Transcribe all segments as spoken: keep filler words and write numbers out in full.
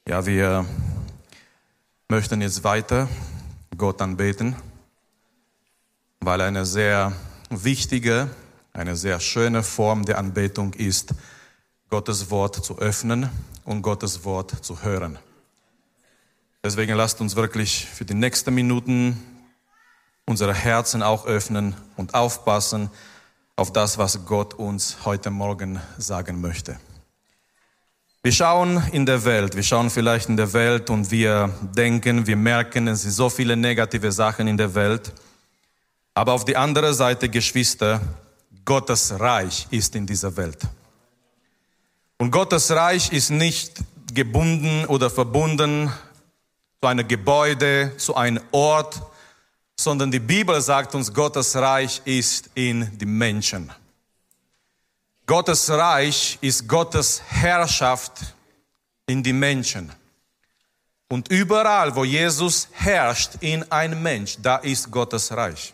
Ja, wir möchten jetzt weiter Gott anbeten, weil eine sehr wichtige, eine sehr schöne Form der Anbetung ist, Gottes Wort zu öffnen und Gottes Wort zu hören. Deswegen lasst uns wirklich für die nächsten Minuten unsere Herzen auch öffnen und aufpassen auf das, was Gott uns heute Morgen sagen möchte. Wir schauen in der Welt, wir schauen vielleicht in der Welt und wir denken, wir merken, es sind so viele negative Sachen in der Welt. Aber auf die andere Seite, Geschwister, Gottes Reich ist in dieser Welt. Und Gottes Reich ist nicht gebunden oder verbunden zu einem Gebäude, zu einem Ort, sondern die Bibel sagt uns, Gottes Reich ist in die Menschen. Gottes Reich ist Gottes Herrschaft in die Menschen. Und überall, wo Jesus herrscht in ein Mensch, da ist Gottes Reich.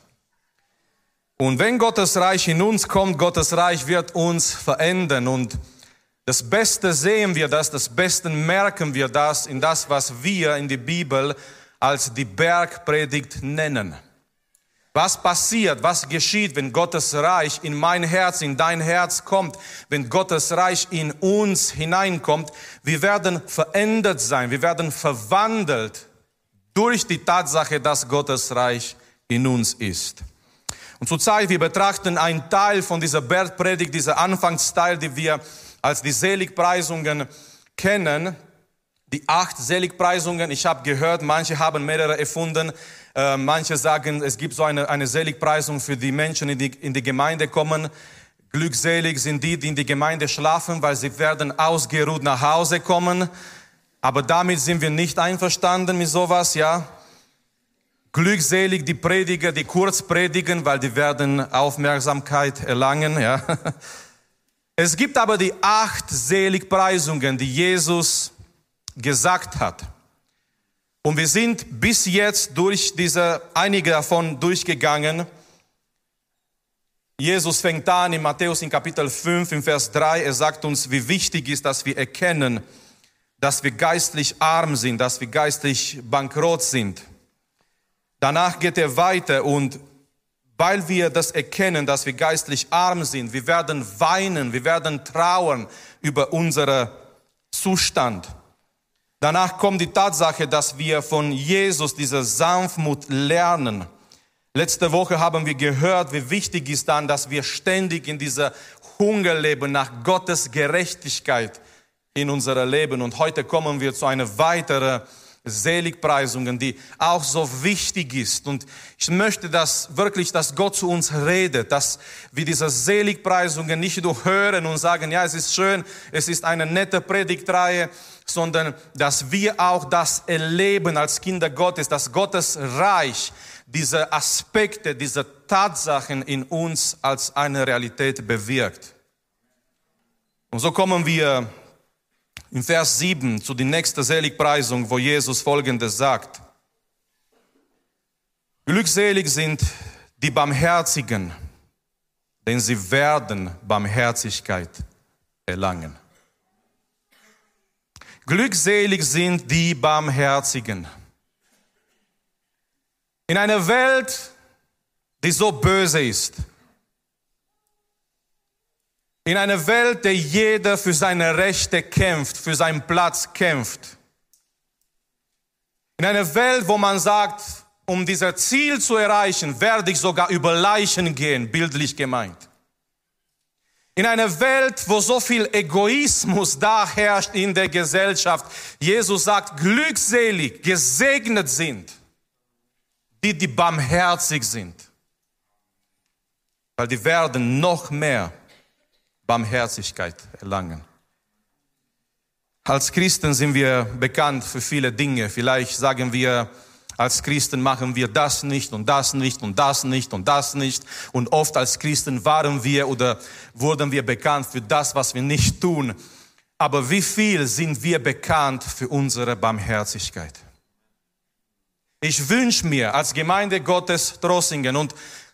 Und wenn Gottes Reich in uns kommt, Gottes Reich wird uns verändern. Und das Beste sehen wir das, das Beste merken wir das in das, was wir in der Bibel als die Bergpredigt nennen. Was passiert, was geschieht, wenn Gottes Reich in mein Herz, in dein Herz kommt, wenn Gottes Reich in uns hineinkommt? Wir werden verändert sein, wir werden verwandelt durch die Tatsache, dass Gottes Reich in uns ist. Und zurzeit, wir betrachten einen Teil von dieser Bergpredigt, dieser Anfangsteil, die wir als die Seligpreisungen kennen. Die acht Seligpreisungen, ich habe gehört, manche haben mehrere erfunden. Äh, manche sagen, es gibt so eine, eine Seligpreisung für die Menschen, die in die Gemeinde kommen. Glückselig sind die, die in die Gemeinde schlafen, weil sie werden ausgeruht nach Hause kommen. Aber damit sind wir nicht einverstanden mit sowas, ja. Glückselig die Prediger, die kurz predigen, weil die werden Aufmerksamkeit erlangen, ja. Es gibt aber die acht Seligpreisungen, die Jesus gesagt hat. Und wir sind bis jetzt durch diese, einige davon durchgegangen. Jesus fängt an in Matthäus in Kapitel fünf, in Vers drei. Er sagt uns, wie wichtig ist, dass wir erkennen, dass wir geistlich arm sind, dass wir geistlich bankrott sind. Danach geht er weiter und weil wir das erkennen, dass wir geistlich arm sind, wir werden weinen, wir werden trauern über unseren Zustand. Danach kommt die Tatsache, dass wir von Jesus diese Sanftmut lernen. Letzte Woche haben wir gehört, wie wichtig ist dann, dass wir ständig in dieser Hunger leben nach Gottes Gerechtigkeit in unserem Leben. Und heute kommen wir zu einer weiteren Seligpreisung, die auch so wichtig ist. Und ich möchte dass wirklich, dass Gott zu uns redet, dass wir diese Seligpreisungen nicht nur hören und sagen, ja, es ist schön, es ist eine nette Predigtreihe, sondern dass wir auch das erleben als Kinder Gottes, dass Gottes Reich diese Aspekte, diese Tatsachen in uns als eine Realität bewirkt. Und so kommen wir in Vers sieben zu der nächsten Seligpreisung, wo Jesus Folgendes sagt. Glückselig sind die Barmherzigen, denn sie werden Barmherzigkeit erlangen. Glückselig sind die Barmherzigen. In einer Welt, die so böse ist, in einer Welt, der jeder für seine Rechte kämpft, für seinen Platz kämpft, in einer Welt, wo man sagt, um dieses Ziel zu erreichen, werde ich sogar über Leichen gehen, bildlich gemeint. In einer Welt, wo so viel Egoismus da herrscht in der Gesellschaft. Jesus sagt, glückselig, gesegnet sind, die, die barmherzig sind. Weil die werden noch mehr Barmherzigkeit erlangen. Als Christen sind wir bekannt für viele Dinge. Vielleicht sagen wir, als Christen machen wir das nicht und das nicht und das nicht und das nicht. Und oft als Christen waren wir oder wurden wir bekannt für das, was wir nicht tun. Aber wie viel sind wir bekannt für unsere Barmherzigkeit? Ich wünsche mir als Gemeinde Gottes Trossingen, und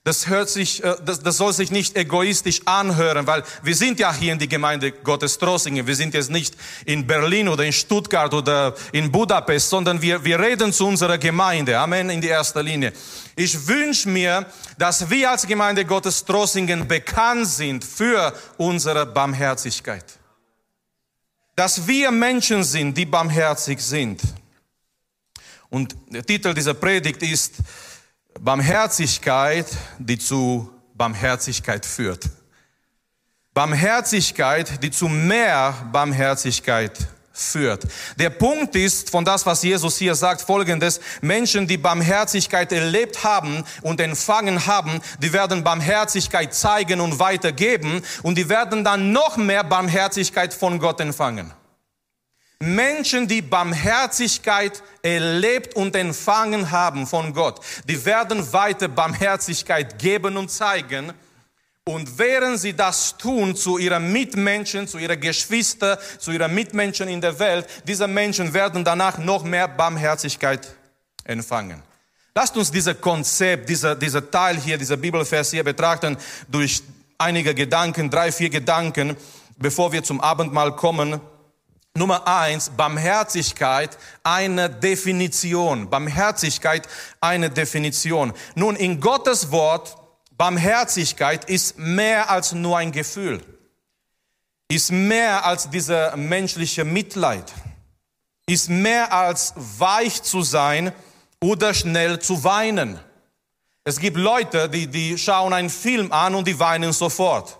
Das hört sich, das, das soll sich nicht egoistisch anhören, weil wir sind ja hier in die Gemeinde Gottes Trossingen. Wir sind jetzt nicht in Berlin oder in Stuttgart oder in Budapest, sondern wir, wir reden zu unserer Gemeinde. Amen, in die erster Linie. Ich wünsche mir, dass wir als Gemeinde Gottes Trossingen bekannt sind für unsere Barmherzigkeit. Dass wir Menschen sind, die barmherzig sind. Und der Titel dieser Predigt ist Barmherzigkeit, die zu Barmherzigkeit führt. Barmherzigkeit, die zu mehr Barmherzigkeit führt. Der Punkt ist, von das, was Jesus hier sagt, folgendes: Menschen, die Barmherzigkeit erlebt haben und empfangen haben, die werden Barmherzigkeit zeigen und weitergeben und die werden dann noch mehr Barmherzigkeit von Gott empfangen. Menschen, die Barmherzigkeit erlebt und empfangen haben von Gott, die werden weiter Barmherzigkeit geben und zeigen. Und während sie das tun zu ihren Mitmenschen, zu ihren Geschwistern, zu ihren Mitmenschen in der Welt, diese Menschen werden danach noch mehr Barmherzigkeit empfangen. Lasst uns dieses Konzept, dieser, dieser Teil hier, dieser Bibelvers hier betrachten durch einige Gedanken, drei, vier Gedanken, bevor wir zum Abendmahl kommen. Nummer eins, Barmherzigkeit, eine Definition. Barmherzigkeit, eine Definition. Nun, in Gottes Wort, Barmherzigkeit ist mehr als nur ein Gefühl. Ist mehr als dieser menschliche Mitleid. Ist mehr als weich zu sein oder schnell zu weinen. Es gibt Leute, die, die schauen einen Film an und die weinen sofort.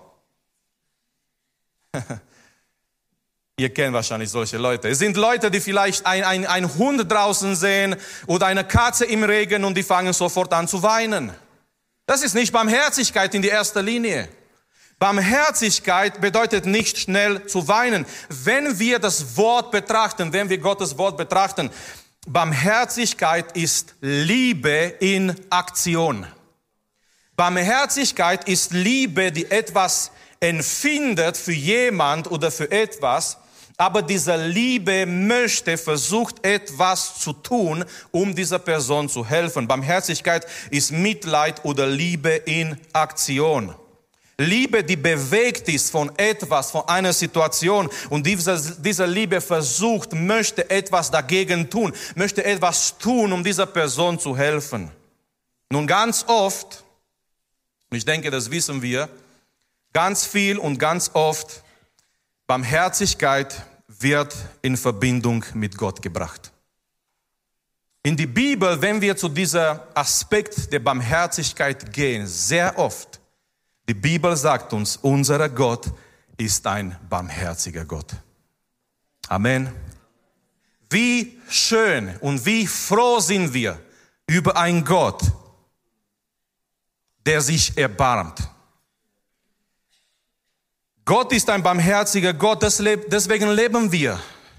Ihr kennt wahrscheinlich solche Leute. Es sind Leute, die vielleicht ein, ein, ein Hund draußen sehen oder eine Katze im Regen und die fangen sofort an zu weinen. Das ist nicht Barmherzigkeit in die erster Linie. Barmherzigkeit bedeutet nicht schnell zu weinen. Wenn wir das Wort betrachten, wenn wir Gottes Wort betrachten, Barmherzigkeit ist Liebe in Aktion. Barmherzigkeit ist Liebe, die etwas empfindet für jemand oder für etwas, aber diese Liebe möchte, versucht etwas zu tun, um dieser Person zu helfen. Barmherzigkeit ist Mitleid oder Liebe in Aktion. Liebe, die bewegt ist von etwas, von einer Situation und diese, diese Liebe versucht, möchte etwas dagegen tun, möchte etwas tun, um dieser Person zu helfen. Nun ganz oft, und ich denke, das wissen wir, ganz viel und ganz oft, Barmherzigkeit wird in Verbindung mit Gott gebracht. In die Bibel, wenn wir zu diesem Aspekt der Barmherzigkeit gehen, sehr oft, die Bibel sagt uns, unser Gott ist ein barmherziger Gott. Amen. Wie schön und wie froh sind wir über einen Gott, der sich erbarmt. Gott ist ein barmherziger Gott, deswegen leben wir.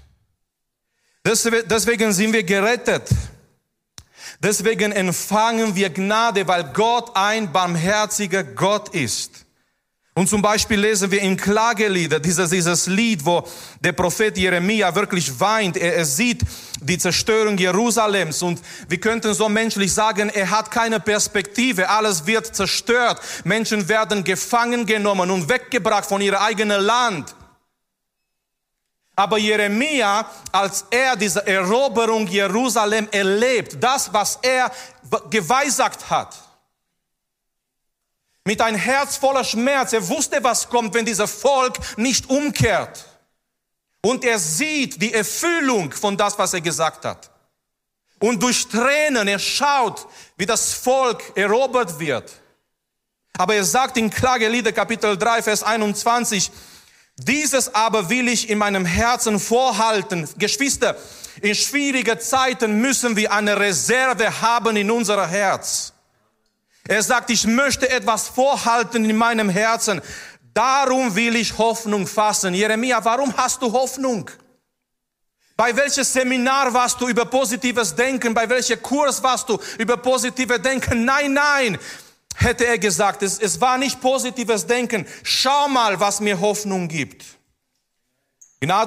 Deswegen sind wir gerettet. Deswegen empfangen wir Gnade, weil Gott ein barmherziger Gott ist. Und zum Beispiel lesen wir in Klagelieder, dieses, dieses Lied, wo der Prophet Jeremia wirklich weint. Er, er sieht die Zerstörung Jerusalems und wir könnten so menschlich sagen, er hat keine Perspektive. Alles wird zerstört. Menschen werden gefangen genommen und weggebracht von ihrem eigenen Land. Aber Jeremia, als er diese Eroberung Jerusalem erlebt, das, was er geweissagt hat, mit einem Herz voller Schmerz. Er wusste, was kommt, wenn dieser Volk nicht umkehrt. Und er sieht die Erfüllung von das, was er gesagt hat. Und durch Tränen, er schaut, wie das Volk erobert wird. Aber er sagt in Klagelieder Kapitel drei, Vers einundzwanzig, dieses aber will ich in meinem Herzen vorhalten. Geschwister, in schwierigen Zeiten müssen wir eine Reserve haben in unser Herz. Er sagt, ich möchte etwas vorhalten in meinem Herzen. Darum will ich Hoffnung fassen. Jeremia, warum hast du Hoffnung? Bei welchem Seminar warst du über positives Denken? Bei welchem Kurs warst du über positives Denken? Nein, nein, hätte er gesagt. Es, es war nicht positives Denken. Schau mal, was mir Hoffnung gibt.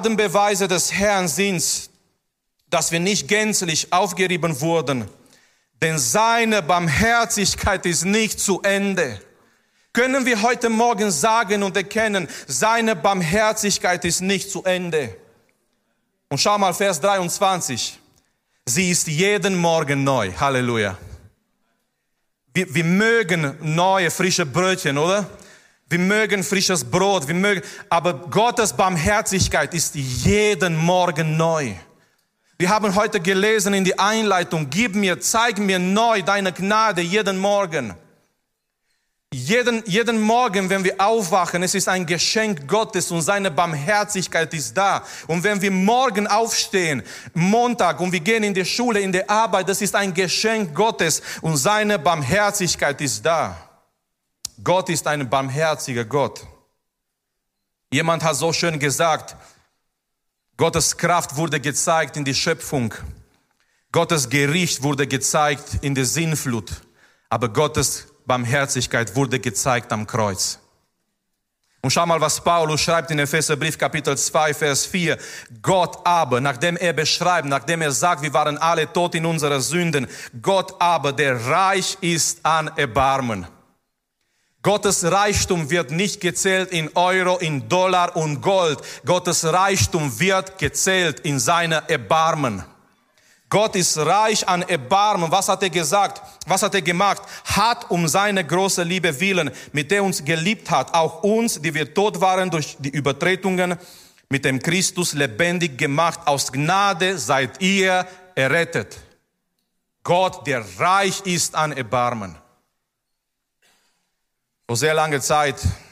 Gnadenbeweise des Herrn sind, dass wir nicht gänzlich aufgerieben wurden. denn seine Barmherzigkeit ist nicht zu Ende. Können wir heute Morgen sagen und erkennen, seine Barmherzigkeit ist nicht zu Ende. Und schau mal, Vers dreiundzwanzig. Sie ist jeden Morgen neu. Halleluja. Wir, wir mögen neue, frische Brötchen, oder? Wir mögen frisches Brot, wir mögen, aber Gottes Barmherzigkeit ist jeden Morgen neu. Wir haben heute gelesen in die Einleitung, gib mir, zeig mir neu deine Gnade jeden Morgen. Jeden, jeden Morgen, wenn wir aufwachen, es ist ein Geschenk Gottes und seine Barmherzigkeit ist da. Und wenn wir morgen aufstehen, Montag, und wir gehen in die Schule, in die Arbeit, das ist ein Geschenk Gottes und seine Barmherzigkeit ist da. Gott ist ein barmherziger Gott. Jemand hat so schön gesagt, Gottes Kraft wurde gezeigt in die Schöpfung. Gottes Gericht wurde gezeigt in der Sintflut. Aber Gottes Barmherzigkeit wurde gezeigt am Kreuz. Und schau mal, was Paulus schreibt in Epheserbrief Kapitel zwei, Vers vier. Gott aber, nachdem er beschreibt, nachdem er sagt, wir waren alle tot in unseren Sünden, Gott aber, der reich ist an Erbarmen. Gottes Reichtum wird nicht gezählt in Euro, in Dollar und Gold. Gottes Reichtum wird gezählt in seine Erbarmen. Gott ist reich an Erbarmen. Was hat er gesagt? Was hat er gemacht? Hat um seine große Liebe willen, mit der uns geliebt hat, auch uns, die wir tot waren durch die Übertretungen, mit dem Christus lebendig gemacht. Aus Gnade seid ihr errettet. Gott, der reich ist an Erbarmen. Vor sehr langer Zeit,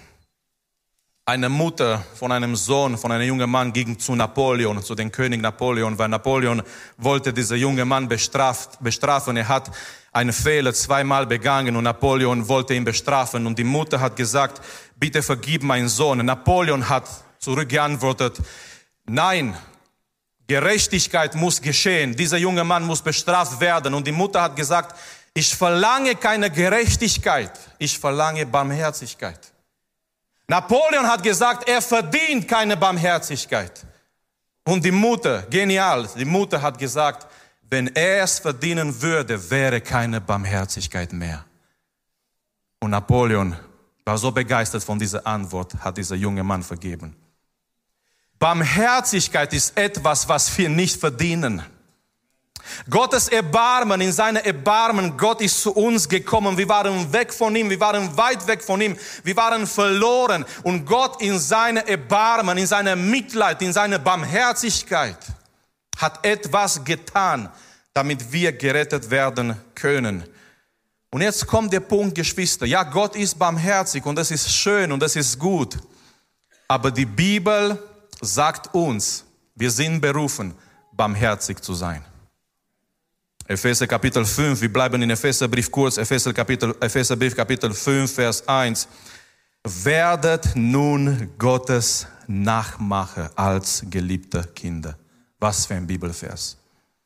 eine Mutter von einem Sohn, von einem jungen Mann ging zu Napoleon, zu dem König Napoleon, weil Napoleon wollte diesen jungen Mann bestraft, bestrafen. Er hat einen Fehler zweimal begangen und Napoleon wollte ihn bestrafen. Und die Mutter hat gesagt, bitte vergib meinen Sohn. Napoleon hat zurückgeantwortet, nein, Gerechtigkeit muss geschehen. Dieser junge Mann muss bestraft werden. Und die Mutter hat gesagt, ich verlange keine Gerechtigkeit, ich verlange Barmherzigkeit. Napoleon hat gesagt, er verdient keine Barmherzigkeit. Und die Mutter, genial, die Mutter hat gesagt, wenn er es verdienen würde, wäre keine Barmherzigkeit mehr. Und Napoleon war so begeistert von dieser Antwort, hat dieser junge Mann vergeben. Barmherzigkeit ist etwas, was wir nicht verdienen. Gottes Erbarmen, in seiner Erbarmen, Gott ist zu uns gekommen. Wir waren weg von ihm, wir waren weit weg von ihm, wir waren verloren. Und Gott in seiner Erbarmen, in seiner Mitleid, in seiner Barmherzigkeit hat etwas getan, damit wir gerettet werden können. Und jetzt kommt der Punkt, Geschwister. Ja, Gott ist barmherzig und das ist schön und das ist gut. Aber die Bibel sagt uns, wir sind berufen, barmherzig zu sein. Epheser Kapitel fünf, wir bleiben in Epheserbrief kurz, Epheser Kapitel, Epheserbrief Kapitel fünf, Vers eins. Werdet nun Gottes Nachmacher als geliebte Kinder. Was für ein Bibelvers.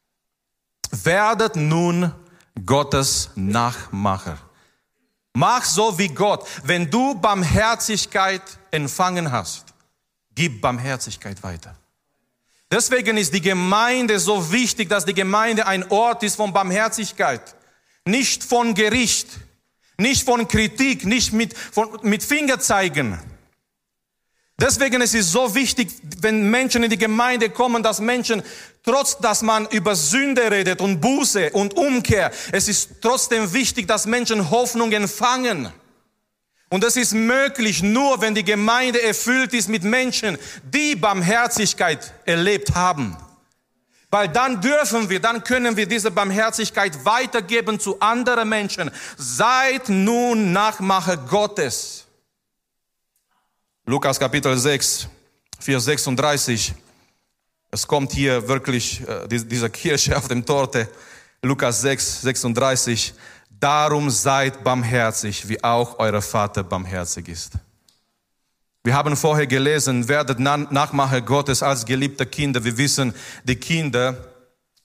Werdet nun Gottes Nachmacher. Mach so wie Gott. Wenn du Barmherzigkeit empfangen hast, gib Barmherzigkeit weiter. Deswegen ist die Gemeinde so wichtig, dass die Gemeinde ein Ort ist von Barmherzigkeit. Nicht von Gericht, nicht von Kritik, nicht mit, von, mit Fingerzeigen. Deswegen ist es so wichtig, wenn Menschen in die Gemeinde kommen, dass Menschen, trotz dass man über Sünde redet und Buße und Umkehr, es ist trotzdem wichtig, dass Menschen Hoffnung empfangen. Und das ist möglich nur, wenn die Gemeinde erfüllt ist mit Menschen, die Barmherzigkeit erlebt haben. Weil dann dürfen wir, dann können wir diese Barmherzigkeit weitergeben zu anderen Menschen. Seid nun Nachmacher Gottes. Lukas Kapitel sechs, Vers sechsunddreißig. Es kommt hier wirklich äh, diese Kirsche auf dem Torte. Lukas sechs, sechsunddreißig. Darum seid barmherzig, wie auch euer Vater barmherzig ist. Wir haben vorher gelesen, werdet Nachmacher Gottes als geliebte Kinder. Wir wissen, die Kinder,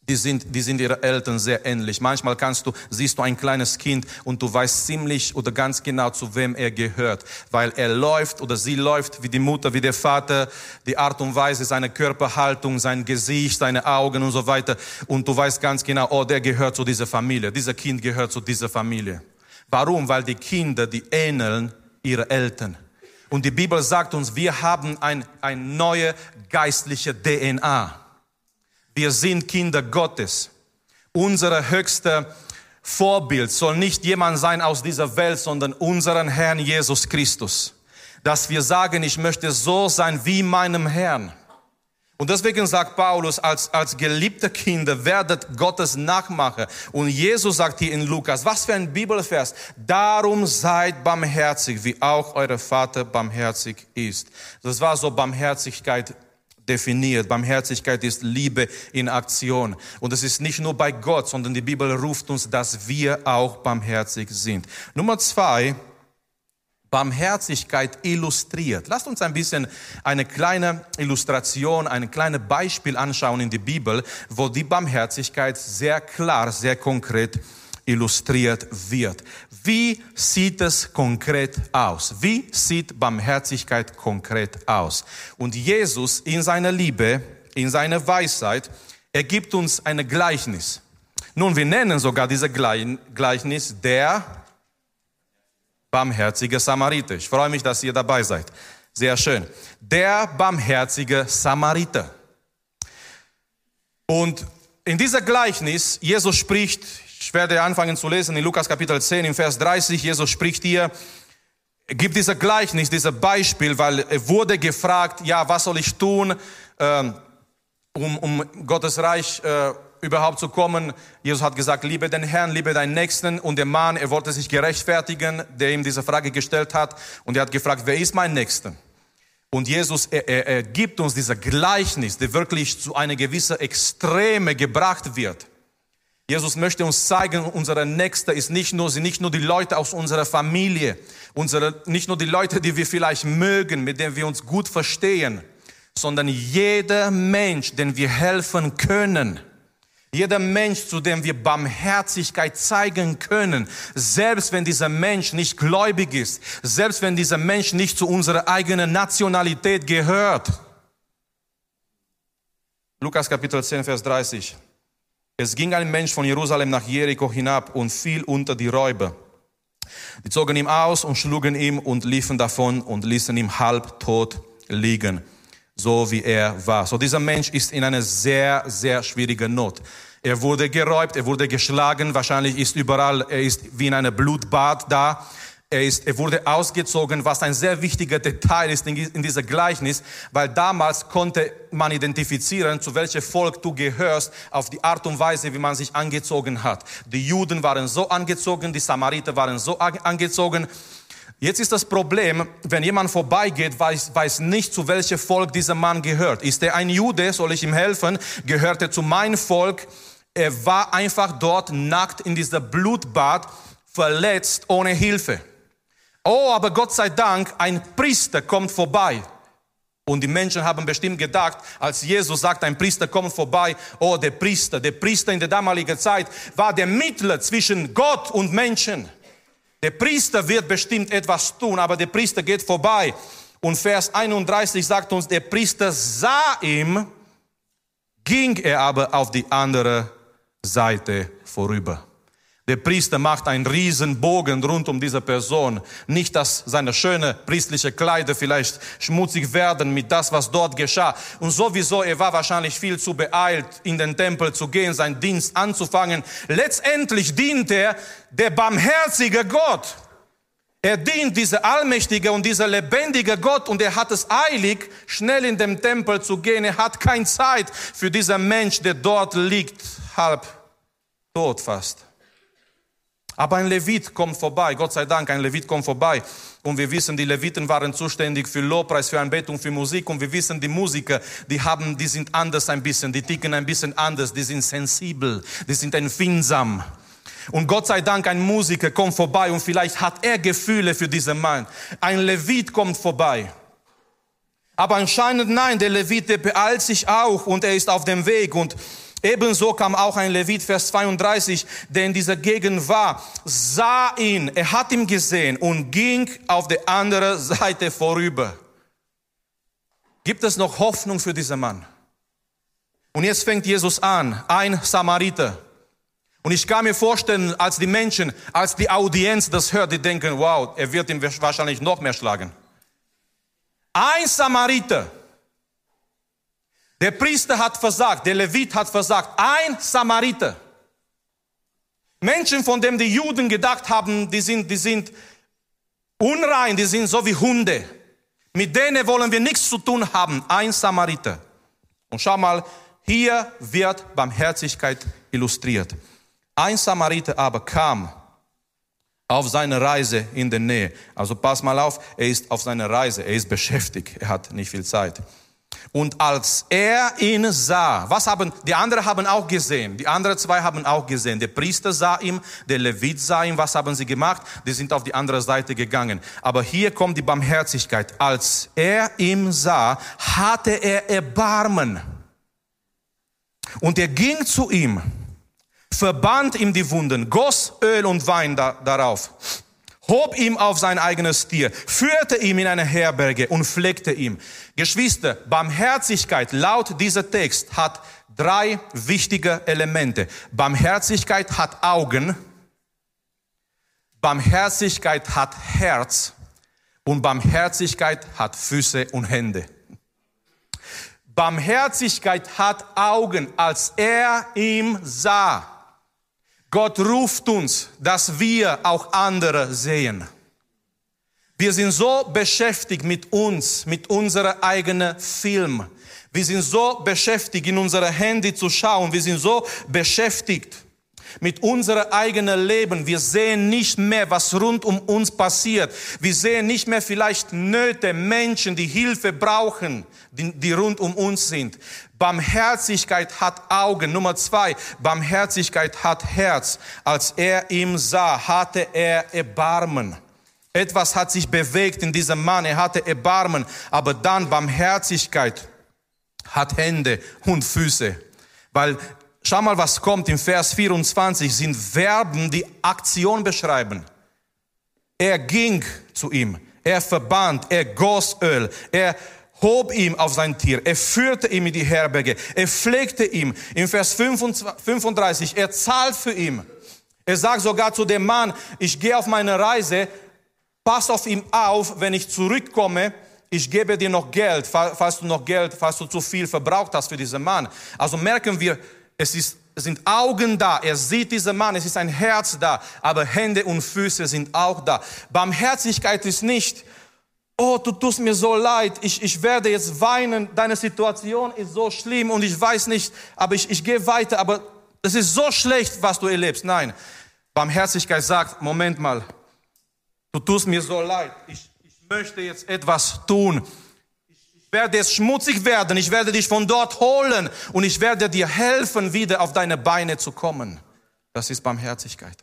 Die sind, die sind ihre Eltern sehr ähnlich. Manchmal kannst du, siehst du ein kleines Kind und du weißt ziemlich oder ganz genau, zu wem er gehört. Weil er läuft oder sie läuft wie die Mutter, wie der Vater, die Art und Weise, seine Körperhaltung, sein Gesicht, seine Augen und so weiter. Und du weißt ganz genau, oh, der gehört zu dieser Familie. Dieser Kind gehört zu dieser Familie. Warum? Weil die Kinder, die ähneln ihre Eltern. Und die Bibel sagt uns, wir haben ein, ein neue geistliche D N A. Wir sind Kinder Gottes. Unser höchster Vorbild soll nicht jemand sein aus dieser Welt, sondern unseren Herrn Jesus Christus. Dass wir sagen, ich möchte so sein wie meinem Herrn. Und deswegen sagt Paulus, als, als geliebte Kinder werdet Gottes Nachmacher. Und Jesus sagt hier in Lukas, was für ein Bibelvers, darum seid barmherzig, wie auch euer Vater barmherzig ist. Das war so Barmherzigkeit definiert. Barmherzigkeit ist Liebe in Aktion. Und es ist nicht nur bei Gott, sondern die Bibel ruft uns, dass wir auch barmherzig sind. Nummer zwei, Barmherzigkeit illustriert. Lasst uns ein bisschen eine kleine Illustration, ein kleines Beispiel anschauen in der Bibel, wo die Barmherzigkeit sehr klar, sehr konkret illustriert wird. Wie sieht es konkret aus? Wie sieht Barmherzigkeit konkret aus? Und Jesus in seiner Liebe, in seiner Weisheit, er gibt uns ein Gleichnis. Nun, wir nennen sogar dieses Gleichnis der barmherzige Samariter. Ich freue mich, dass ihr dabei seid. Sehr schön. Der barmherzige Samariter. Und in dieser Gleichnis, Jesus spricht, ich werde anfangen zu lesen in Lukas Kapitel zehn, im Vers dreißig, Jesus spricht hier, er gibt dieser Gleichnis, dieser Beispiel, weil er wurde gefragt, ja, was soll ich tun, ähm, um, um Gottes Reich äh, überhaupt zu kommen. Jesus hat gesagt, liebe den Herrn, liebe deinen Nächsten. Und der Mann, er wollte sich gerechtfertigen, der ihm diese Frage gestellt hat. Und er hat gefragt, wer ist mein Nächster? Und Jesus, er, er, er gibt uns dieser Gleichnis, der wirklich zu einer gewissen Extreme gebracht wird. Jesus möchte uns zeigen, unser Nächster ist nicht nur, sind nicht nur die Leute aus unserer Familie, unsere, nicht nur die Leute, die wir vielleicht mögen, mit denen wir uns gut verstehen, sondern jeder Mensch, den wir helfen können. Jeder Mensch, zu dem wir Barmherzigkeit zeigen können, selbst wenn dieser Mensch nicht gläubig ist, selbst wenn dieser Mensch nicht zu unserer eigenen Nationalität gehört. Lukas Kapitel zehn, Vers dreißig. Es ging ein Mensch von Jerusalem nach Jericho hinab und fiel unter die Räuber. Die zogen ihn aus und schlugen ihn und liefen davon und ließen ihn halbtot liegen, so wie er war. So dieser Mensch ist in einer sehr, sehr schwierigen Not. Er wurde geräubt, er wurde geschlagen, wahrscheinlich ist überall, er ist wie in einem Blutbad da. Er, ist, er wurde ausgezogen, was ein sehr wichtiger Detail ist in, in dieser Gleichnis, weil damals konnte man identifizieren, zu welchem Volk du gehörst, auf die Art und Weise, wie man sich angezogen hat. Die Juden waren so angezogen, die Samariter waren so angezogen. Jetzt ist das Problem, wenn jemand vorbeigeht, weiß, weiß nicht, zu welchem Volk dieser Mann gehört. Ist er ein Jude, soll ich ihm helfen? Gehört er zu meinem Volk? Er war einfach dort nackt in dieser Blutbad, verletzt, ohne Hilfe. Oh, aber Gott sei Dank, ein Priester kommt vorbei. Und die Menschen haben bestimmt gedacht, als Jesus sagt, ein Priester kommt vorbei, oh, der Priester, der Priester in der damaligen Zeit war der Mittler zwischen Gott und Menschen. Der Priester wird bestimmt etwas tun, aber der Priester geht vorbei. Und Vers einunddreißig sagt uns, der Priester sah ihm, ging er aber auf die andere Seite vorüber. Der Priester macht einen riesen Bogen rund um diese Person. Nicht, dass seine schöne priestliche Kleider vielleicht schmutzig werden mit das, was dort geschah. Und sowieso, er war wahrscheinlich viel zu beeilt, in den Tempel zu gehen, seinen Dienst anzufangen. Letztendlich dient er der barmherzige Gott. Er dient dieser allmächtige und dieser lebendige Gott und er hat es eilig, schnell in den Tempel zu gehen. Er hat keine Zeit für diesen Mensch, der dort liegt, halb tot fast. Aber ein Levit kommt vorbei, Gott sei Dank, ein Levit kommt vorbei. Und wir wissen, die Leviten waren zuständig für Lobpreis, für Anbetung, für Musik. Und wir wissen, die Musiker, die haben, die sind anders ein bisschen, die ticken ein bisschen anders, die sind sensibel, die sind empfindsam. Und Gott sei Dank, ein Musiker kommt vorbei und vielleicht hat er Gefühle für diesen Mann. Ein Levit kommt vorbei. Aber anscheinend nein, der Levit, der beeilt sich auch und er ist auf dem Weg und Ebenso kam auch ein Levit, Vers zweiunddreißig, der in dieser Gegend war, sah ihn, er hat ihn gesehen und ging auf die andere Seite vorüber. Gibt es noch Hoffnung für diesen Mann? Und jetzt fängt Jesus an, ein Samariter. Und ich kann mir vorstellen, als die Menschen, als die Audienz das hört, die denken, wow, er wird ihn wahrscheinlich noch mehr schlagen. Ein Samariter. Der Priester hat versagt, der Levit hat versagt. Ein Samariter. Menschen, von denen die Juden gedacht haben, die sind, die sind unrein, die sind so wie Hunde. Mit denen wollen wir nichts zu tun haben. Ein Samariter. Und schau mal, hier wird Barmherzigkeit illustriert. Ein Samariter aber kam auf seine Reise in der Nähe. Also pass mal auf, er ist auf seiner Reise, er ist beschäftigt, er hat nicht viel Zeit. Und als er ihn sah, was haben, die anderen haben auch gesehen, die anderen zwei haben auch gesehen. Der Priester sah ihn, der Levit sah ihn, was haben sie gemacht? Die sind auf die andere Seite gegangen. Aber hier kommt die Barmherzigkeit. Als er ihn sah, hatte er Erbarmen. Und er ging zu ihm, verband ihm die Wunden, goss Öl und Wein da, darauf, hob ihm auf sein eigenes Tier, führte ihn in eine Herberge und pflegte ihn. Geschwister, Barmherzigkeit laut dieser Text hat drei wichtige Elemente. Barmherzigkeit hat Augen, Barmherzigkeit hat Herz und Barmherzigkeit hat Füße und Hände. Barmherzigkeit hat Augen, als er ihn sah. Gott ruft uns, dass wir auch andere sehen. Wir sind so beschäftigt mit uns, mit unserem eigenen Film. Wir sind so beschäftigt, in unser Handy zu schauen. Wir sind so beschäftigt mit unserem eigenen Leben. Wir sehen nicht mehr, was rund um uns passiert. Wir sehen nicht mehr vielleicht Nöte, Menschen, die Hilfe brauchen, die, die rund um uns sind. Barmherzigkeit hat Augen. Nummer zwei, Barmherzigkeit hat Herz. Als er ihn sah, hatte er Erbarmen. Etwas hat sich bewegt in diesem Mann. Er hatte Erbarmen. Aber dann Barmherzigkeit hat Hände und Füße. Weil, schau mal, was kommt im Vers vierundzwanzig, sind Verben, die Aktion beschreiben. Er ging zu ihm. Er verband. Er goss Öl. Er hob ihm auf sein Tier, er führte ihn in die Herberge, er pflegte ihn. Im Vers fünfunddreißig, er zahlt für ihn. Er sagt sogar zu dem Mann, ich gehe auf meine Reise, pass auf ihn auf, wenn ich zurückkomme, ich gebe dir noch Geld, falls du noch Geld, falls du zu viel verbraucht hast für diesen Mann. Also merken wir, es ist, es sind Augen da, er sieht diesen Mann, es ist ein Herz da, aber Hände und Füße sind auch da. Barmherzigkeit ist nicht, oh, du tust mir so leid, ich, ich werde jetzt weinen, deine Situation ist so schlimm und ich weiß nicht, aber ich, ich gehe weiter, aber es ist so schlecht, was du erlebst. Nein, Barmherzigkeit sagt, Moment mal, du tust mir so leid, ich, ich möchte jetzt etwas tun. Ich, ich werde jetzt schmutzig werden, ich werde dich von dort holen und ich werde dir helfen, wieder auf deine Beine zu kommen. Das ist Barmherzigkeit.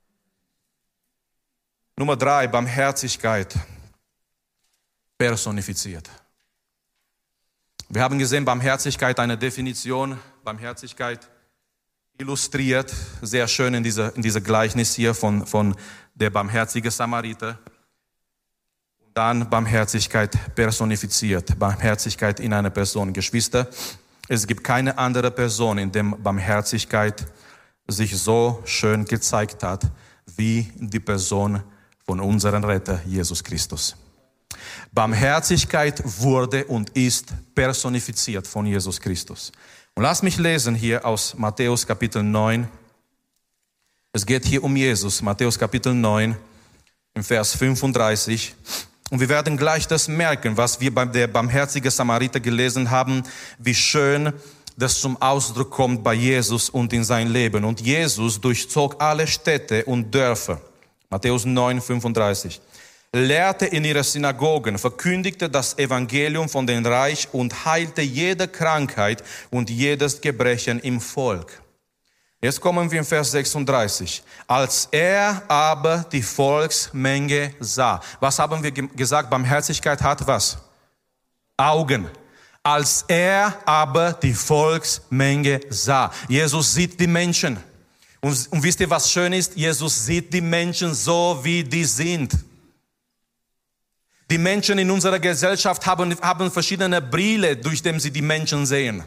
Nummer drei, Barmherzigkeit personifiziert. Wir haben gesehen, Barmherzigkeit, eine Definition, Barmherzigkeit illustriert, sehr schön in dieser, in dieser Gleichnis hier von, von der barmherzige Samariter. Und dann Barmherzigkeit personifiziert, Barmherzigkeit in einer Person. Geschwister, es gibt keine andere Person, in der Barmherzigkeit sich so schön gezeigt hat, wie die Person von unserem Retter Jesus Christus. Barmherzigkeit wurde und ist personifiziert von Jesus Christus. Und lass mich lesen hier aus Matthäus Kapitel neun. Es geht hier um Jesus, Matthäus Kapitel neun, im Vers fünfunddreißig. Und wir werden gleich das merken, was wir bei der barmherzigen Samariter gelesen haben, wie schön das zum Ausdruck kommt bei Jesus und in sein Leben. Und Jesus durchzog alle Städte und Dörfer. Matthäus neun, fünfunddreißig. Lehrte in ihre Synagogen, verkündigte das Evangelium von dem Reich und heilte jede Krankheit und jedes Gebrechen im Volk. Jetzt kommen wir in Vers sechsunddreißig. Als er aber die Volksmenge sah. Was haben wir gesagt? Barmherzigkeit hat was? Augen. Als er aber die Volksmenge sah. Jesus sieht die Menschen. Und, und wisst ihr, was schön ist? Jesus sieht die Menschen so, wie die sind. Die Menschen in unserer Gesellschaft haben, haben verschiedene Brille, durch die sie die Menschen sehen.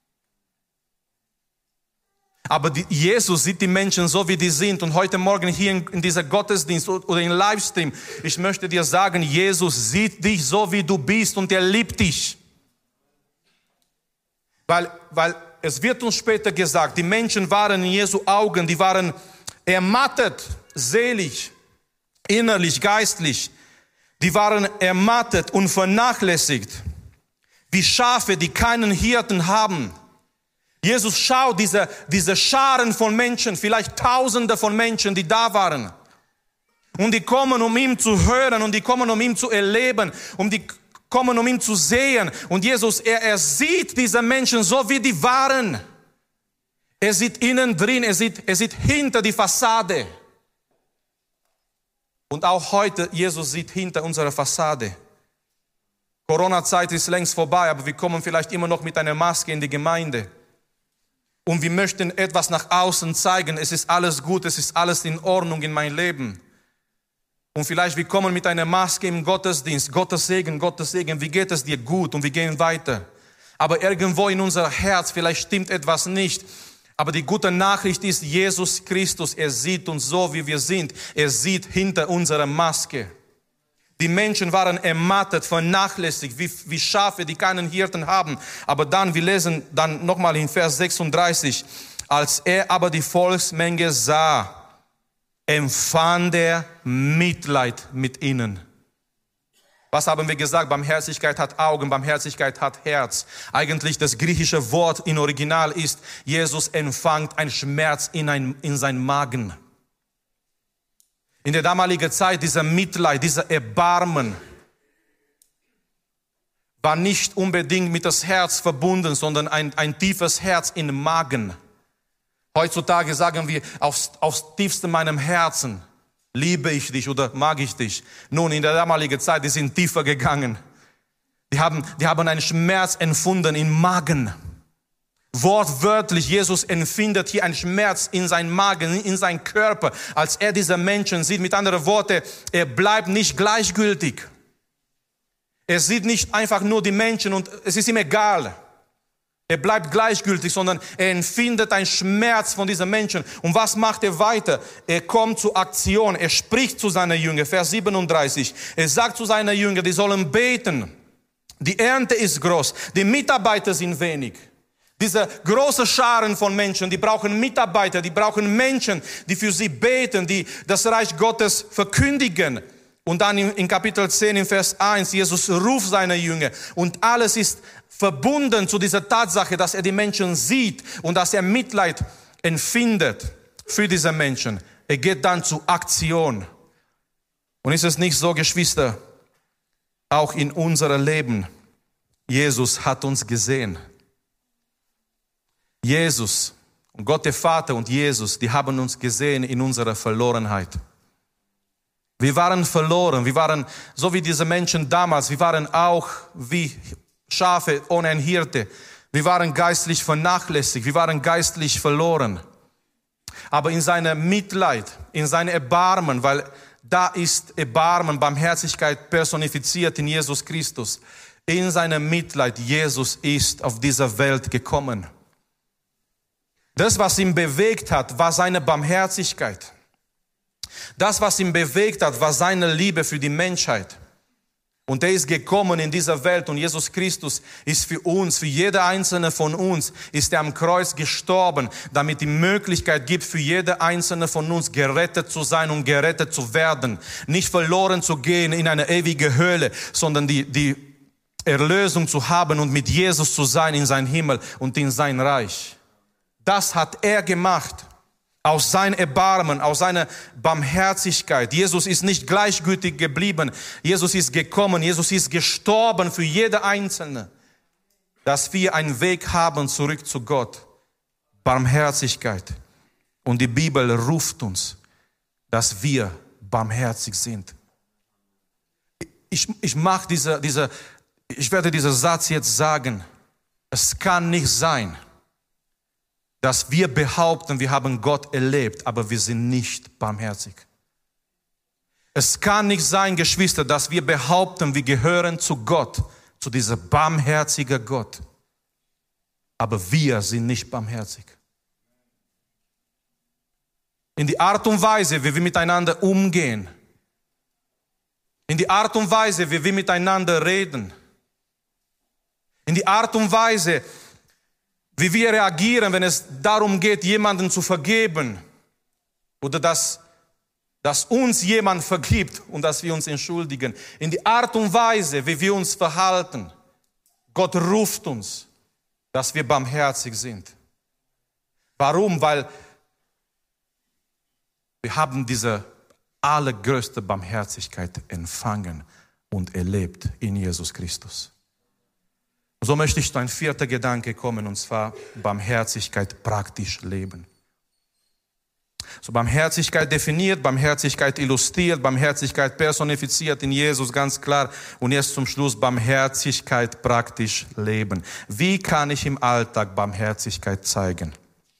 Aber die, Jesus sieht die Menschen so, wie die sind. Und heute Morgen hier in, in dieser Gottesdienst oder im Livestream, ich möchte dir sagen, Jesus sieht dich so, wie du bist und er liebt dich. Weil, weil es wird uns später gesagt, die Menschen waren in Jesu Augen, die waren ermattet, seelisch, innerlich, geistlich. Die waren ermattet und vernachlässigt, wie Schafe, die keinen Hirten haben. Jesus schaut diese, diese Scharen von Menschen, vielleicht Tausende von Menschen, die da waren. Und die kommen, um ihn zu hören und die kommen, um ihn zu erleben, um die kommen, um ihn zu sehen. Und Jesus, er, er sieht diese Menschen so, wie die waren. Er sieht innen drin, er sieht, er sieht hinter die Fassade. Und auch heute, Jesus sieht hinter unserer Fassade. Corona-Zeit ist längst vorbei, aber wir kommen vielleicht immer noch mit einer Maske in die Gemeinde. Und wir möchten etwas nach außen zeigen. Es ist alles gut, es ist alles in Ordnung in meinem Leben. Und vielleicht wir kommen mit einer Maske im Gottesdienst. Gottes Segen, Gottes Segen, wie geht es dir gut? Und wir gehen weiter. Aber irgendwo in unser Herz, vielleicht stimmt etwas nicht. Aber die gute Nachricht ist, Jesus Christus, er sieht uns so, wie wir sind. Er sieht hinter unserer Maske. Die Menschen waren ermattet, vernachlässigt, wie, wie Schafe, die keinen Hirten haben. Aber dann, wir lesen dann nochmal in Vers sechsunddreißig, als er aber die Volksmenge sah, empfand er Mitleid mit ihnen. Was haben wir gesagt? Barmherzigkeit hat Augen, Barmherzigkeit hat Herz. Eigentlich das griechische Wort im Original ist, Jesus empfängt einen Schmerz in, ein, in sein Magen. In der damaligen Zeit, dieser Mitleid, dieser Erbarmen war nicht unbedingt mit das Herz verbunden, sondern ein, ein tiefes Herz im Magen. Heutzutage sagen wir, aus, aus tiefstem meinem Herzen liebe ich dich oder mag ich dich. Nun, in der damaligen Zeit, die sind tiefer gegangen. Die haben, die haben einen Schmerz empfunden im Magen. Wortwörtlich, Jesus empfindet hier einen Schmerz in seinem Magen, in seinem Körper, als er diese Menschen sieht. Mit anderen Worten, er bleibt nicht gleichgültig. Er sieht nicht einfach nur die Menschen und es ist ihm egal. Er bleibt gleichgültig, sondern er empfindet einen Schmerz von diesen Menschen. Und was macht er weiter? Er kommt zur Aktion. Er spricht zu seinen Jüngern. Vers siebenunddreißig. Er sagt zu seinen Jüngern, die sollen beten. Die Ernte ist groß. Die Mitarbeiter sind wenig. Diese große Scharen von Menschen, die brauchen Mitarbeiter, die brauchen Menschen, die für sie beten, die das Reich Gottes verkündigen. Und dann in, in Kapitel zehn, in Vers eins, Jesus ruft seine Jünger. Und alles ist verbunden zu dieser Tatsache, dass er die Menschen sieht und dass er Mitleid empfindet für diese Menschen. Er geht dann zur Aktion. Und ist es nicht so, Geschwister, auch in unserem Leben, Jesus hat uns gesehen. Jesus und Gott der Vater und Jesus, die haben uns gesehen in unserer Verlorenheit. Wir waren verloren, wir waren so wie diese Menschen damals, wir waren auch wie Schafe ohne einen Hirte. Wir waren geistlich vernachlässigt, wir waren geistlich verloren. Aber in seiner Mitleid, in seinem Erbarmen, weil da ist Erbarmen, Barmherzigkeit personifiziert in Jesus Christus. In seiner Mitleid, Jesus ist auf diese Welt gekommen. Das, was ihn bewegt hat, war seine Barmherzigkeit. Das, was ihn bewegt hat, war seine Liebe für die Menschheit. Und er ist gekommen in dieser Welt und Jesus Christus ist für uns, für jeder einzelne von uns, ist er am Kreuz gestorben, damit die Möglichkeit gibt, für jeder einzelne von uns gerettet zu sein und gerettet zu werden. Nicht verloren zu gehen in eine ewige Hölle, sondern die, die Erlösung zu haben und mit Jesus zu sein in sein Himmel und in sein Reich. Das hat er gemacht. Aus seinem Erbarmen, aus seiner Barmherzigkeit. Jesus ist nicht gleichgültig geblieben. Jesus ist gekommen. Jesus ist gestorben für jede Einzelne. Dass wir einen Weg haben zurück zu Gott. Barmherzigkeit. Und die Bibel ruft uns, dass wir barmherzig sind. Ich, ich mag diese, diese, Ich werde diesen Satz jetzt sagen. Es kann nicht sein, dass wir behaupten, wir haben Gott erlebt, aber wir sind nicht barmherzig. Es kann nicht sein, Geschwister, dass wir behaupten, wir gehören zu Gott, zu diesem barmherzigen Gott, aber wir sind nicht barmherzig. In die Art und Weise, wie wir miteinander umgehen, in die Art und Weise, wie wir miteinander reden, in die Art und Weise, wie wir reagieren, wenn es darum geht, jemanden zu vergeben oder dass, dass uns jemand vergibt und dass wir uns entschuldigen. In die Art und Weise, wie wir uns verhalten. Gott ruft uns, dass wir barmherzig sind. Warum? Weil wir haben diese allergrößte Barmherzigkeit empfangen und erlebt in Jesus Christus. So möchte ich zu einem vierten Gedanke kommen, und zwar Barmherzigkeit praktisch leben. So Barmherzigkeit definiert, Barmherzigkeit illustriert, Barmherzigkeit personifiziert in Jesus, ganz klar. Und jetzt zum Schluss Barmherzigkeit praktisch leben. Wie kann ich im Alltag Barmherzigkeit zeigen?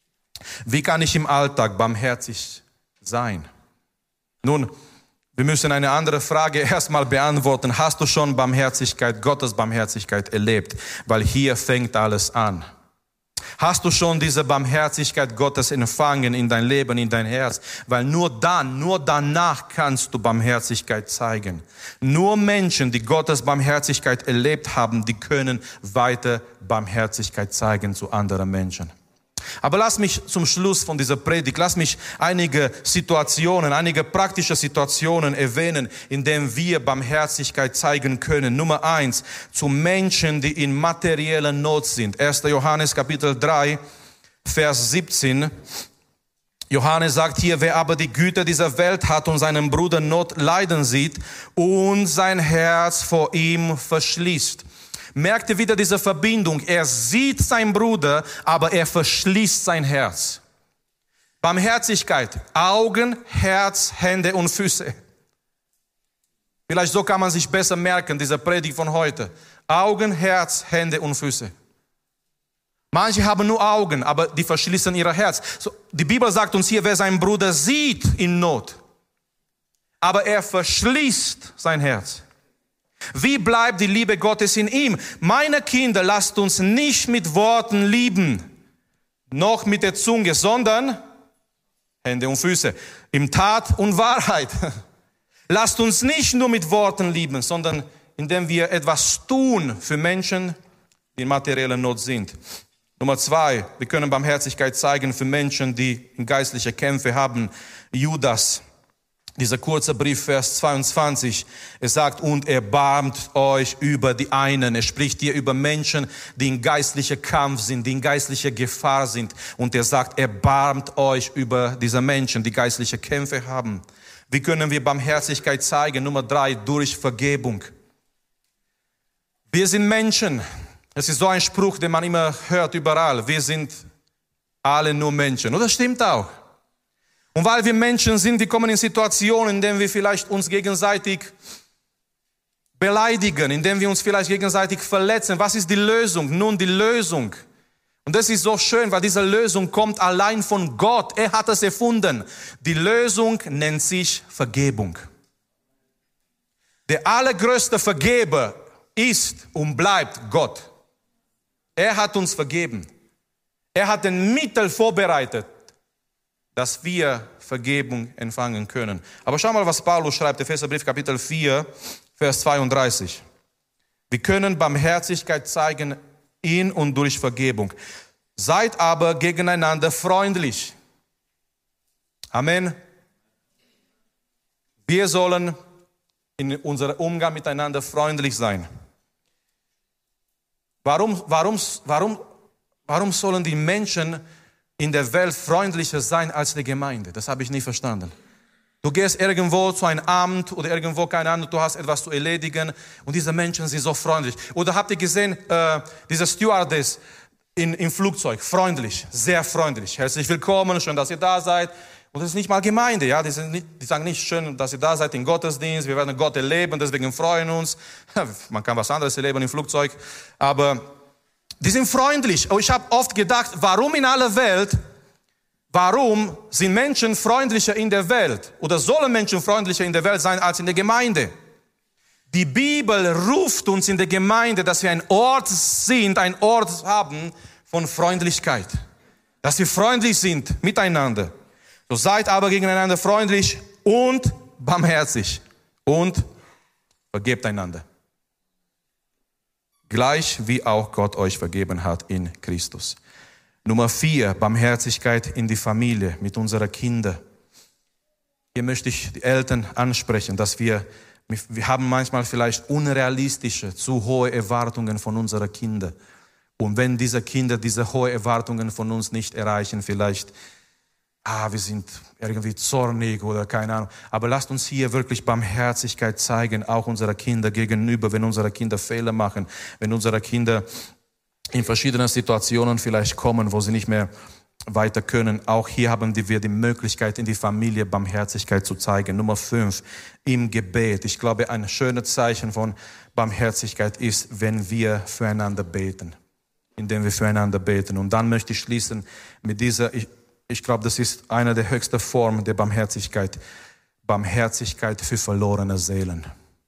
Wie kann ich im Alltag barmherzig sein? Nun, wir müssen eine andere Frage erstmal beantworten. Hast du schon Barmherzigkeit, Gottes Barmherzigkeit erlebt? Weil hier fängt alles an. Hast du schon diese Barmherzigkeit Gottes empfangen in dein Leben, in dein Herz? Weil nur dann, nur danach kannst du Barmherzigkeit zeigen. Nur Menschen, die Gottes Barmherzigkeit erlebt haben, die können weiter Barmherzigkeit zeigen zu anderen Menschen. Aber lass mich zum Schluss von dieser Predigt, lass mich einige Situationen, einige praktische Situationen erwähnen, in denen wir Barmherzigkeit zeigen können. Nummer eins, zu Menschen, die in materieller Not sind. erster Johannes Kapitel drei, Vers siebzehn. Johannes sagt hier, wer aber die Güter dieser Welt hat und seinen Bruder Not leiden sieht und sein Herz vor ihm verschließt. Merkt ihr wieder diese Verbindung? Er sieht seinen Bruder, aber er verschließt sein Herz. Barmherzigkeit, Augen, Herz, Hände und Füße. Vielleicht so kann man sich besser merken, diese Predigt von heute. Augen, Herz, Hände und Füße. Manche haben nur Augen, aber die verschließen ihr Herz. So, die Bibel sagt uns hier, wer seinen Bruder sieht in Not, aber er verschließt sein Herz. Wie bleibt die Liebe Gottes in ihm? Meine Kinder, lasst uns nicht mit Worten lieben, noch mit der Zunge, sondern Hände und Füße, in Tat und Wahrheit. Lasst uns nicht nur mit Worten lieben, sondern indem wir etwas tun für Menschen, die in materieller Not sind. Nummer zwei, wir können Barmherzigkeit zeigen für Menschen, die geistliche Kämpfe haben. Judas. Dieser kurze Brief, Vers zweiundzwanzig, es sagt, und erbarmt euch über die einen. Er spricht hier über Menschen, die in geistlicher Kampf sind, die in geistlicher Gefahr sind. Und er sagt, erbarmt euch über diese Menschen, die geistliche Kämpfe haben. Wie können wir Barmherzigkeit zeigen? Nummer drei, durch Vergebung. Wir sind Menschen. Es ist so ein Spruch, den man immer hört überall. Wir sind alle nur Menschen. Und das stimmt auch. Und weil wir Menschen sind, wir kommen in Situationen, in denen wir vielleicht uns gegenseitig beleidigen, in denen wir uns vielleicht gegenseitig verletzen. Was ist die Lösung? Nun, die Lösung. Und das ist so schön, weil diese Lösung kommt allein von Gott. Er hat es erfunden. Die Lösung nennt sich Vergebung. Der allergrößte Vergeber ist und bleibt Gott. Er hat uns vergeben. Er hat den Mittel vorbereitet, dass wir Vergebung empfangen können. Aber schau mal, was Paulus schreibt, Epheserbrief Kapitel vier, Vers zweiunddreißig. Wir können Barmherzigkeit zeigen in und durch Vergebung. Seid aber gegeneinander freundlich. Amen. Wir sollen in unserem Umgang miteinander freundlich sein. Warum, warum, warum, warum sollen die Menschen in der Welt freundlicher sein als die Gemeinde? Das habe ich nie verstanden. Du gehst irgendwo zu einem Amt oder irgendwo, keine Ahnung, du hast etwas zu erledigen und diese Menschen sind so freundlich. Oder habt ihr gesehen, äh, diese Stewardess in, im Flugzeug, freundlich, sehr freundlich. Herzlich willkommen, schön, dass ihr da seid. Und das ist nicht mal Gemeinde, ja. Die, sind nicht, die sagen nicht, schön, dass ihr da seid im Gottesdienst, wir werden Gott erleben, deswegen freuen uns. Man kann was anderes erleben im Flugzeug. Aber die sind freundlich. Und ich habe oft gedacht, warum in aller Welt, warum sind Menschen freundlicher in der Welt? Oder sollen Menschen freundlicher in der Welt sein als in der Gemeinde? Die Bibel ruft uns in der Gemeinde, dass wir ein Ort sind, ein Ort haben von Freundlichkeit. Dass wir freundlich sind miteinander. So seid aber gegeneinander freundlich und barmherzig und vergebt einander. Gleich wie auch Gott euch vergeben hat in Christus. Nummer vier, Barmherzigkeit in die Familie mit unseren Kindern. Hier möchte ich die Eltern ansprechen, dass wir, wir haben manchmal vielleicht unrealistische, zu hohe Erwartungen von unseren Kindern. Und wenn diese Kinder diese hohen Erwartungen von uns nicht erreichen, vielleicht Ah, wir sind irgendwie zornig oder keine Ahnung. Aber lasst uns hier wirklich Barmherzigkeit zeigen, auch unserer Kinder gegenüber, wenn unsere Kinder Fehler machen, wenn unsere Kinder in verschiedenen Situationen vielleicht kommen, wo sie nicht mehr weiter können. Auch hier haben wir die Möglichkeit, in die Familie Barmherzigkeit zu zeigen. Nummer fünf, im Gebet. Ich glaube, ein schönes Zeichen von Barmherzigkeit ist, wenn wir füreinander beten. Indem wir füreinander beten. Und dann möchte ich schließen mit dieser... Ich, Ich glaube, das ist eine der höchsten Formen der Barmherzigkeit. Barmherzigkeit für verlorene Seelen.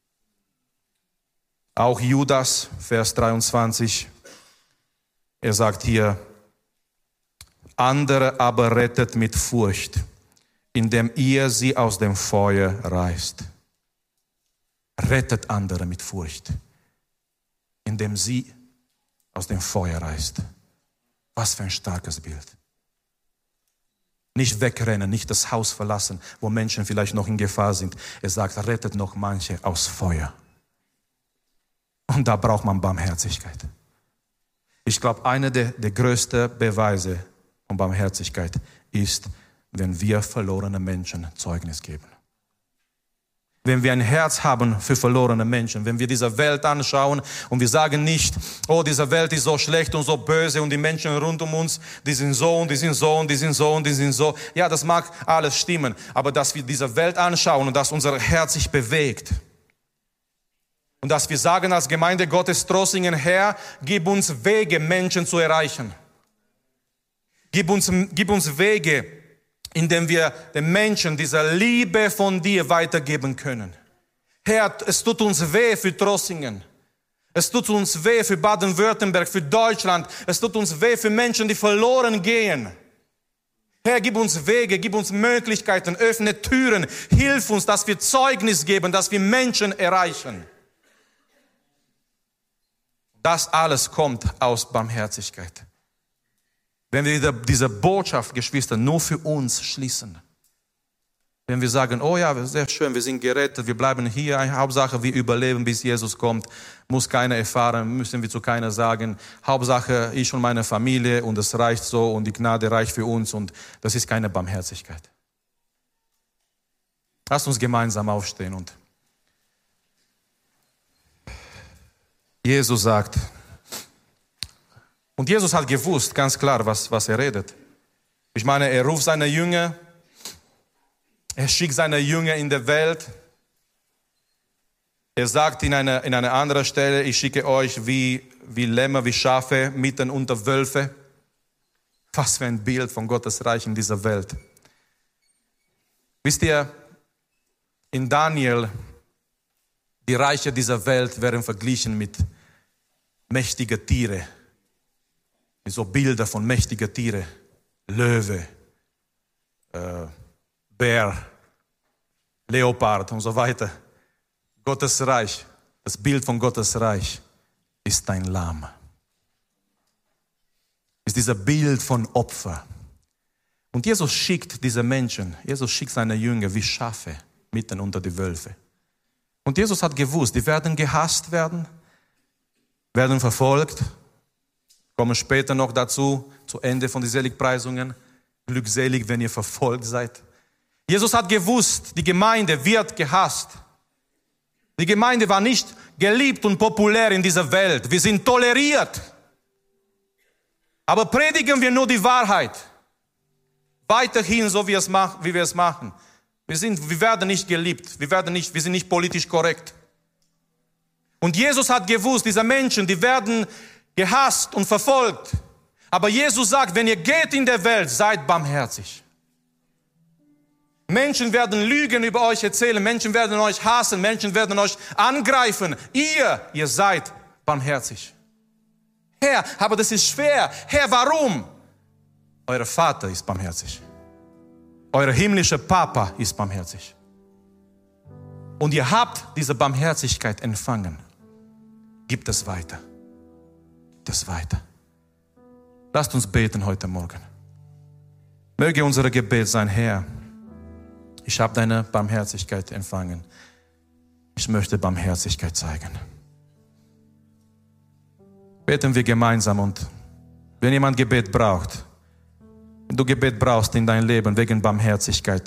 Auch Judas, Vers dreiundzwanzig, er sagt hier, andere aber rettet mit Furcht, indem ihr sie aus dem Feuer reißt. Rettet andere mit Furcht, indem sie aus dem Feuer reißt. Was für ein starkes Bild. Nicht wegrennen, nicht das Haus verlassen, wo Menschen vielleicht noch in Gefahr sind. Er sagt, rettet noch manche aus Feuer. Und da braucht man Barmherzigkeit. Ich glaube, einer der, der größten Beweise von Barmherzigkeit ist, wenn wir verlorene Menschen Zeugnis geben. Wenn wir ein Herz haben für verlorene Menschen, wenn wir diese Welt anschauen und wir sagen nicht, oh, diese Welt ist so schlecht und so böse und die Menschen rund um uns, die sind so und die sind so und die sind so und die sind so. Ja, das mag alles stimmen, aber dass wir diese Welt anschauen und dass unser Herz sich bewegt und dass wir sagen als Gemeinde Gottes Trossingen, Herr, gib uns Wege, Menschen zu erreichen. Gib uns, gib uns Wege, indem wir den Menschen diese Liebe von dir weitergeben können. Herr, es tut uns weh für Trossingen. Es tut uns weh für Baden-Württemberg, für Deutschland. Es tut uns weh für Menschen, die verloren gehen. Herr, gib uns Wege, gib uns Möglichkeiten, öffne Türen. Hilf uns, dass wir Zeugnis geben, dass wir Menschen erreichen. Das alles kommt aus Barmherzigkeit. Wenn wir diese Botschaft, Geschwister, nur für uns schließen. Wenn wir sagen, oh ja, sehr schön, wir sind gerettet, wir bleiben hier, Hauptsache wir überleben, bis Jesus kommt, muss keiner erfahren, müssen wir zu keiner sagen, Hauptsache ich und meine Familie und es reicht so und die Gnade reicht für uns und das ist keine Barmherzigkeit. Lasst uns gemeinsam aufstehen und Jesus sagt, und Jesus hat gewusst, ganz klar, was, was er redet. Ich meine, er ruft seine Jünger, er schickt seine Jünger in der Welt. Er sagt in einer, in einer anderen Stelle, ich schicke euch wie, wie Lämmer, wie Schafe mitten unter Wölfe. Was für ein Bild von Gottes Reich in dieser Welt. Wisst ihr, in Daniel, die Reiche dieser Welt werden verglichen mit mächtigen Tieren. So Bilder von mächtigen Tieren, Löwe, äh, Bär, Leopard und so weiter. Gottes Reich, das Bild von Gottes Reich ist ein Lamm. Ist dieser Bild von Opfer. Und Jesus schickt diese Menschen, Jesus schickt seine Jünger wie Schafe mitten unter die Wölfe. Und Jesus hat gewusst, die werden gehasst werden, werden verfolgt, kommen später noch dazu, zu Ende von den Seligpreisungen. Glückselig, wenn ihr verfolgt seid. Jesus hat gewusst, die Gemeinde wird gehasst. Die Gemeinde war nicht geliebt und populär in dieser Welt. Wir sind toleriert. Aber predigen wir nur die Wahrheit. Weiterhin, so wie, es mach, wie wir es machen. Wir, sind, wir werden nicht geliebt. Wir, werden nicht, wir sind nicht politisch korrekt. Und Jesus hat gewusst, diese Menschen, die werden gehasst und verfolgt. Aber Jesus sagt, wenn ihr geht in der Welt, seid barmherzig. Menschen werden Lügen über euch erzählen, Menschen werden euch hassen, Menschen werden euch angreifen. Ihr, ihr seid barmherzig. Herr, aber das ist schwer. Herr, warum? Euer Vater ist barmherzig. Euer himmlischer Papa ist barmherzig. Und ihr habt diese Barmherzigkeit empfangen. Gibt es weiter. Gibt es weiter. Lasst uns beten heute Morgen. Möge unser Gebet sein, Herr, ich habe deine Barmherzigkeit empfangen. Ich möchte Barmherzigkeit zeigen. Beten wir gemeinsam und wenn jemand Gebet braucht, wenn du Gebet brauchst in dein Leben wegen Barmherzigkeit,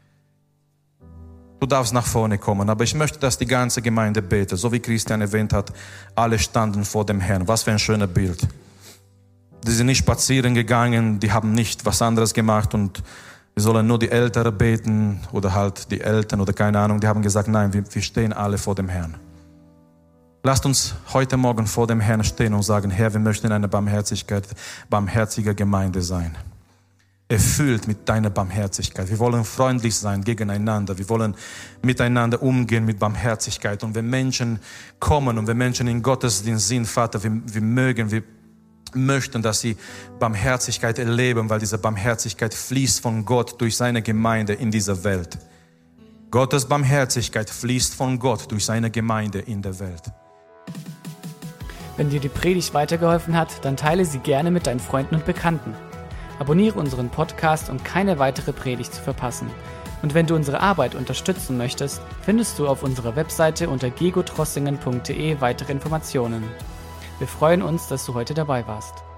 du darfst nach vorne kommen. Aber ich möchte, dass die ganze Gemeinde betet. So wie Christian erwähnt hat, alle standen vor dem Herrn. Was für ein schönes Bild. Die sind nicht spazieren gegangen, die haben nicht was anderes gemacht und wir sollen nur die Älteren beten oder halt die Eltern oder keine Ahnung. Die haben gesagt, nein, wir, wir stehen alle vor dem Herrn. Lasst uns heute Morgen vor dem Herrn stehen und sagen, Herr, wir möchten eine Barmherzigkeit, barmherzige Gemeinde sein. Erfüllt mit deiner Barmherzigkeit. Wir wollen freundlich sein gegeneinander. Wir wollen miteinander umgehen mit Barmherzigkeit. Und wenn Menschen kommen und wenn Menschen in Gottesdienst sind, Vater, wir, wir mögen, wir möchten, dass sie Barmherzigkeit erleben, weil diese Barmherzigkeit fließt von Gott durch seine Gemeinde in dieser Welt. Gottes Barmherzigkeit fließt von Gott durch seine Gemeinde in der Welt. Wenn dir die Predigt weitergeholfen hat, dann teile sie gerne mit deinen Freunden und Bekannten. Abonniere unseren Podcast, um keine weitere Predigt zu verpassen. Und wenn du unsere Arbeit unterstützen möchtest, findest du auf unserer Webseite unter gegotrossingen punkt de weitere Informationen. Wir freuen uns, dass du heute dabei warst.